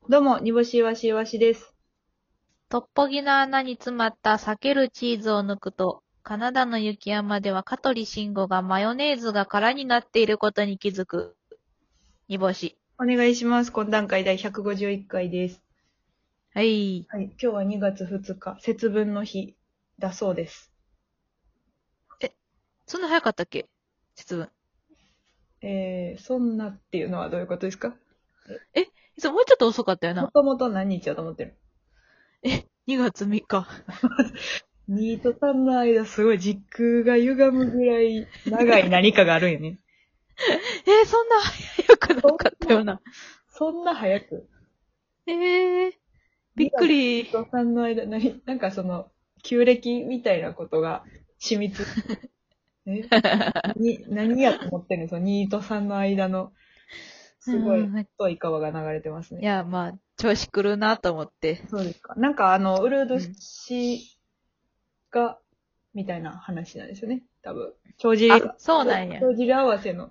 どうも、煮干しわしわしです。 トッポギの穴に詰まった避けるチーズを抜くと、カナダの雪山では香取慎吾がマヨネーズが空になっていることに気づく。煮干し。 お願いします。懇談会第151回です。 はい。 はい、今日は2月2日、節分の日だそうです。 そんな早かったっけ節分。 そんなっていうのはどういうことですか？ そう、もうちょっと遅かったよな。 もともと何日だと思ってる？ 2月3日。 2と3の間、すごい時空が歪むぐらい長い何かがあるんよね。 そんな早くなかったよな。 そんな早く？ びっくり。 2と3の間、なんかその、旧暦みたいなことが染みつ何やと思ってるの？その2と3の間の、すごい太い川が流れてますね。 いや、まあ、調子狂うなと思って。 そうですか。なんかウルード氏が、みたいな話なんですよね。多分。 そうなんや。 帳尻合わせの。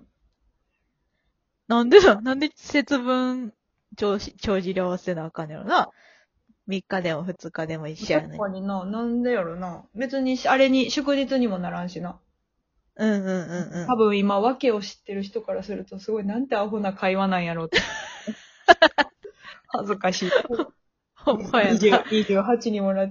なんで節分、帳尻合わせなあかんやろな。3日でも2日でも一緒やね。 確かにな、なんでやろな。別に、あれに、祝日にもならんしな。多分今、訳を知ってる人からすると、すごい、なんてアホな会話なんやろうって。恥ずかしい。 ほんまやな。 28にもらって。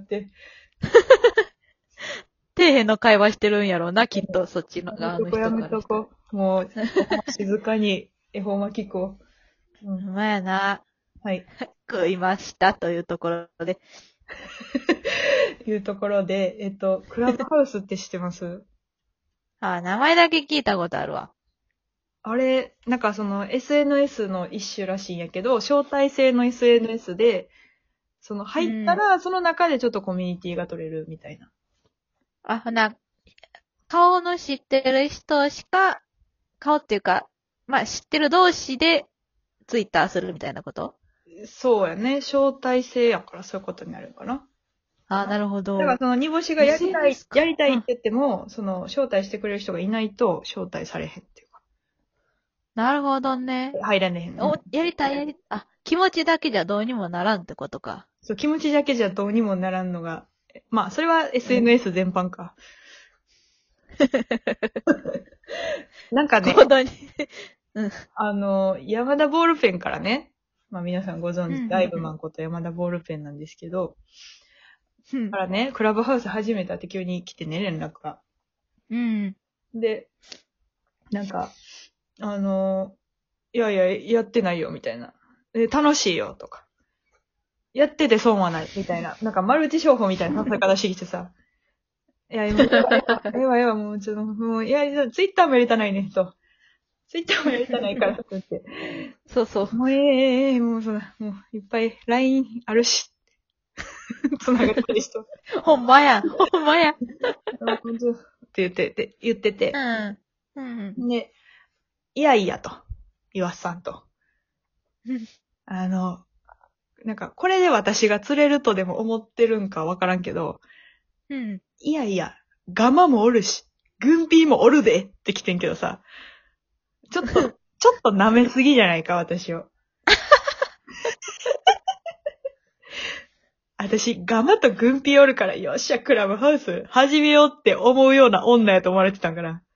底辺の会話してるんやろうな、きっと、そっちの側の人からやめとこ。もう、静かに恵方巻きこう。 ほんまやな。 はい。 食いました、というところで。 いうところで、クラブハウスって知ってます？ 名前だけ聞いたことあるわ。 あれ、なんかその SNS の一種らしいんやけど、招待制の SNS で、その入ったら、その中でちょっとコミュニティが取れるみたいな。 ほな、顔の知ってる人しか、顔っていうか、まあ、知ってる同士で、ツイッターするみたいなこと？ そうやね。招待制やからそういうことになるのかな。 なるほど。 だからその煮干しがやりたい SNS か。 って言っても、その招待してくれる人がいないと招待されへんっていうか。 なるほどね。 入られへん。 やりたい、気持ちだけじゃどうにもならんってことか。 そう、気持ちだけじゃどうにもならんのが、まあ、それは SNS 全般か。なんかね、 本当に。 山田ボールペンからね、まあ皆さんご存知、 うんうんうんライブマンこと山田ボールペンなんですけど、 うんからね、クラブハウス始めたって急に来てね、連絡が。 うん。 で、なんか、いやいや、やってないよ、みたいな。楽しいよ、とか。やってて損はない、みたいな。なんかマルチ商法みたいな誘い方してきてさ。いや、もう、ええわ、もう、ちょっと、もう、いや、ツイッターもやりたないね、と。ツイッターもやりたないから、って言って。 そうそう。 もうもうそうだ、もういっぱい LINE あるし、繋がってる人。 ほんまや。ほんまや。 本当って言ってて。 うん。 で、いやいやと、岩瀬さんと。 うんなんか、これで私が釣れるとでも思ってるんかわからんけど、 うん。 いやいや、ガマもおるし、グンピーもおるでって来てんけどさ、ちょっと舐めすぎじゃないか、私を。私、ガマとグンピーおるから、よっしゃ、クラブハウス始めようって思うような女やと思われてたんかな。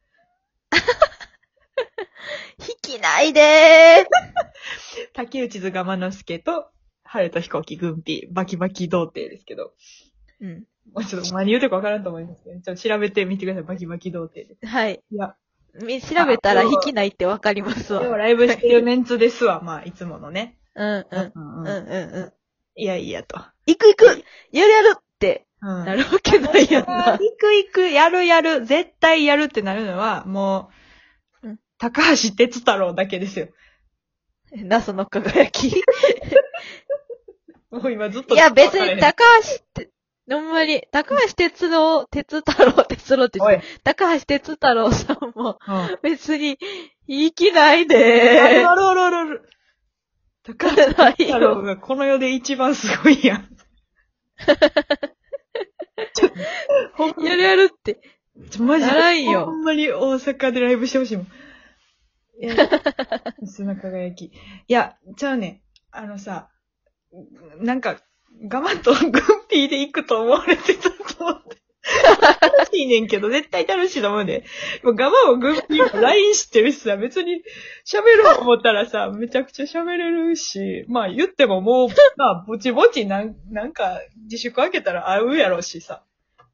引きないで竹内図ガマ之助と、春と飛行機グンピー、バキバキ童貞ですけど。 うん。 もうちょっと何言うてるかわからんと思いますけど、ちょっと調べてみてください、バキバキ童貞で。 はい。 いや、 調べたら引きないってわかりますわ。 今日ライブしてるメンツですわ、まあ、いつものね。 うん。 いやいやと。 行くやるってなるわけないやんな。 行く、やる、絶対やるってなるのは、もう、高橋哲太郎だけですよ。 その輝き。 もう今ずっと。 いや、別に高橋って、ほんまに、高橋哲郎って言って、高橋哲太郎さんも、別に、生きないである。高橋哲太郎がこの世で一番すごいやん。 やるって。 マジで。 ならんよ。 ほんまに大阪でライブしてほしいもん。いや、その輝き。いや、ちゃうね。さ、 なんか、ガマとグッピーで行くと思われてたと思って。楽しいねんけど、絶対楽しいと思うで。もうガマもグッピーも LINE 知ってるしさ、別に喋ろう思ったらさ、めちゃくちゃ喋れるし、まあ言ってももう、まあぼちぼちなんか自粛開けたら会うやろうしさ。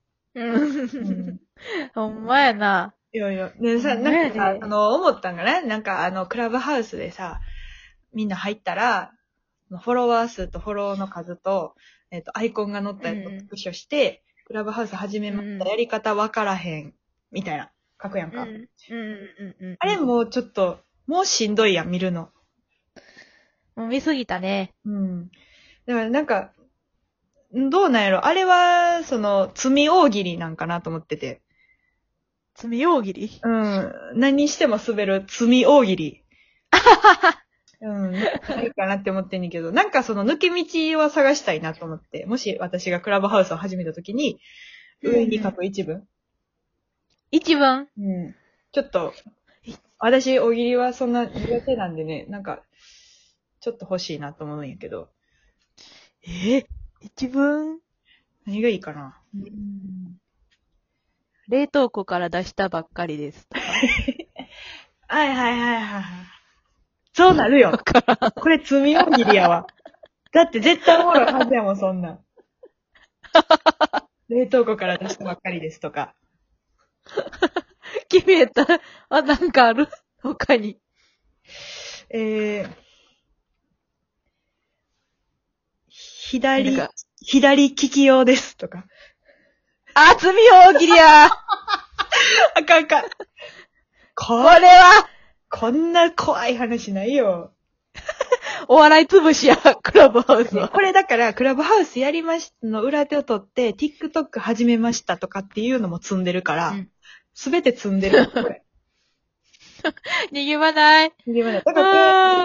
ほんまやな。 いやいや、ねさ、なんかさ、思ったんがね、なんかクラブハウスでさ、みんな入ったら、フォロワー数とフォローの数と、アイコンが載ったやつをスクショして、クラブハウス始めました、やり方わからへん、みたいな、書くやんか。あれもうちょっと、もうしんどいやん、見るの。 もう見すぎたね。 だからなんか、どうなんやろ、あれは、罪大喜利なんかなと思ってて。 罪大喜利？ 何しても滑る罪大喜利。ないかなって思ってんねんけど、なんか抜け道を探したいなと思って、もし私がクラブハウスを始めたときに、上に書く一文。 一文？ ちょっと、私、大喜利はそんな苦手なんでね、なんか、ちょっと欲しいなと思うんやけど。 一文？ 何がいいかな。 冷凍庫から出したばっかりです。 はい。そうなるよ。これ罪大喜利やわ。だって絶対おもろいはずやもん、そんなん。冷凍庫から出したばっかりですとか。 決めた。なんかある？他に。 左利き用ですとか。 罪大喜利や。 あかん。 これはこんな怖い話ないよ。 お笑いつぶしや、クラブハウスは。 これだから、クラブハウスやりましたの裏手を取って、TikTok 始めましたとかっていうのも積んでるから、すべて積んでる、これ。 逃げ場ない。 だから、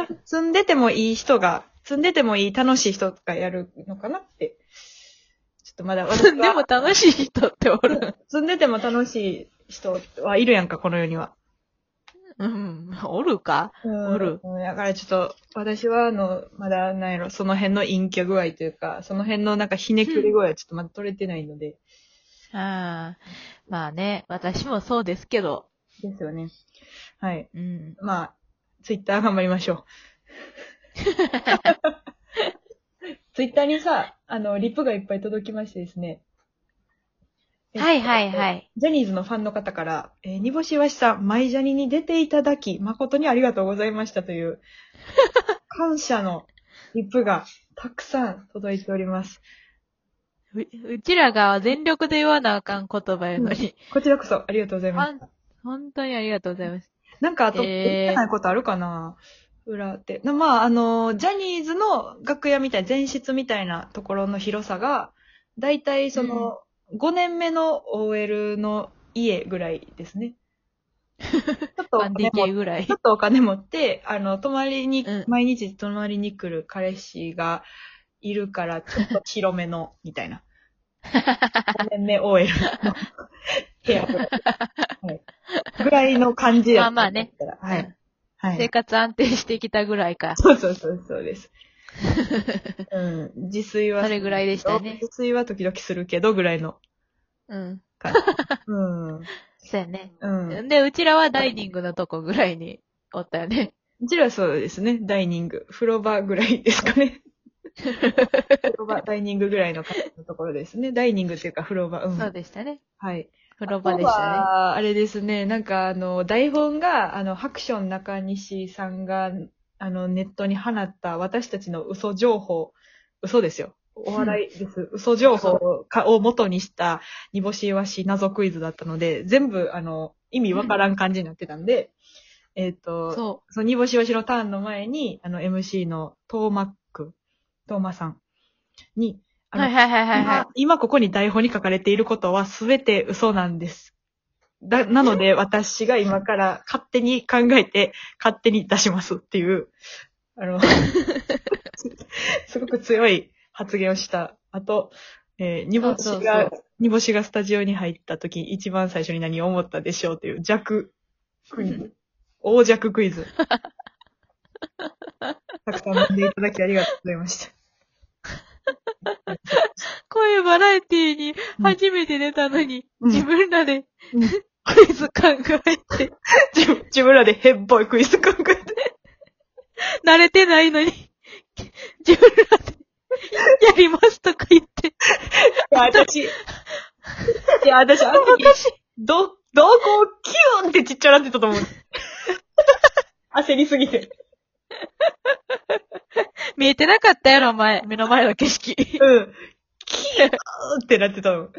積んでてもいい人が、積んでてもいい楽しい人がやるのかなって。ちょっとまだ積んでも楽しい人っておる。 積んでても楽しい人はいるやんか、この世には。 おるか？おる。 だからちょっと、私はまだ、なんやろ、その辺の隠居具合というか、その辺のなんかひねくれ具合はちょっとまだ取れてないので。 まあね、私もそうですけど。 ですよね。はい。まあ、ツイッター頑張りましょう。ツイッターにさ、リプがいっぱい届きましてですね。 はい。 ジャニーズのファンの方から、煮干しわしさん、マイジャニに出ていただき、誠にありがとうございましたという、感謝のリプがたくさん届いております。 うちらが全力で言わなあかん言葉やのに。 こちらこそありがとうございます。 本当にありがとうございます。 なんかあと、言ってないことあるかな、裏って。まあ、ジャニーズの楽屋みたいな、前室みたいなところの広さが、だいたい5年目の OL の家ぐらいですね。ちょっとお金持って、毎日泊まりに来る彼氏がいるから、ちょっと広めの、みたいな。5年目 OL の部屋ぐらい。はい。ぐらいの感じやった。 まあね。 はい。 生活安定してきたぐらいか。 そうです。自炊は。 それぐらいでしたね。 自炊は時々するけど、ぐらいの。 そうやね。で、うちらはダイニングのとこぐらいにおったよね。 うちらはそうですね。ダイニング。風呂場ぐらいですかね。風呂場、ダイニングぐらいのところですね。ダイニングっていうか風呂場。 そうでしたね。 はい。 風呂場でしたね。 あれですね。なんか台本が、ハクション中西さんが、ネットに放った私たちの嘘情報、嘘ですよ。お笑いです。嘘情報を元にした煮干しわし謎クイズだったので、全部、意味わからん感じになってたんで、その煮干しわしのターンの前に、MC のトーマさんに、今ここに台本に書かれていることはすべて嘘なんです。なので私が今から勝手に考えて勝手に出しますっていう、すごく強い発言をした。あと、煮干しがスタジオに入った時一番最初に何を思ったでしょうっていう弱クイズ。大弱クイズ。たくさん読んでいただきありがとうございました。 こういうバラエティに初めて出たのに、 うん自分らでうんクイズ考えて、 自分らでヘッボイクイズ考えて。 慣れてないのに、自分らでやりますとか言って、 いや、私、あの時、どこキューンってちっちゃなってたと思う。焦りすぎて。 見えてなかったやろ、目の前の景色。 うん。キューンってなってたの。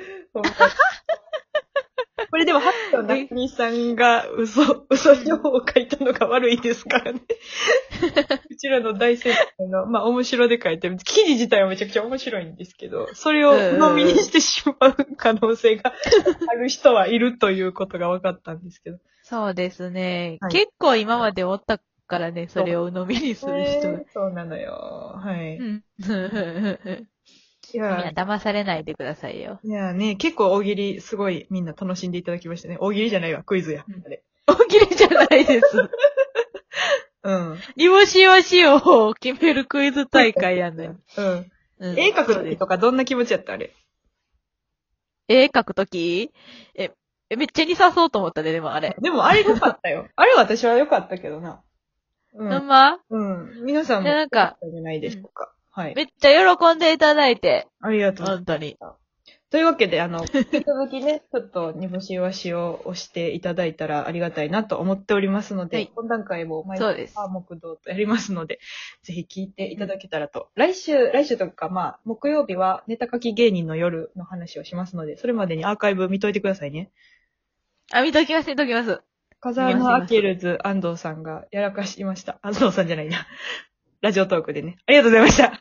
これでも、ハットなくみさんが嘘情報を書いたのが悪いですからね。うちらの大先輩の、まあ、面白で書いてる。記事自体はめちゃくちゃ面白いんですけど、それを鵜呑みにしてしまう可能性がある人はいるということが分かったんですけど。 そうですね。 はい結構今までおったからね、それを鵜呑みにする人が。 そうなのよ。はい。 うん。 いみんなや、 騙されないでくださいよ。 いやね、結構大喜利すごいみんな楽しんでいただきましたね。大喜利じゃないわ、クイズや。あれ。 大喜利じゃないです。 うん。 煮干しわしを決めるクイズ大会やねん。 うん。 うん絵描くそうです時とかどんな気持ちやったあれ。 絵描くときめっちゃ似さそうと思ったね、でもあれ。 でもあれ良かったよ。あれ私は良かったけどな。うん。 ほんまうん。皆さんもでなんか良かったんじゃないでしょうか。はい。 めっちゃ喜んでいただいて、 ありがとうござい本当に。 ます。というわけで、引き続きね、ちょっと煮干しわしを押していただいたらありがたいなと思っておりますので、 はい今段階も毎そうです回木道とやりますので、ぜひ聞いていただけたらと。来週とか、まあ、木曜日はネタ書き芸人の夜の話をしますので、それまでにアーカイブ見といてくださいね。 あ、見ときます。 風穴アケルズ安藤さんがやらかしました。安藤さんじゃないな。ラジオトークでね。ありがとうございました。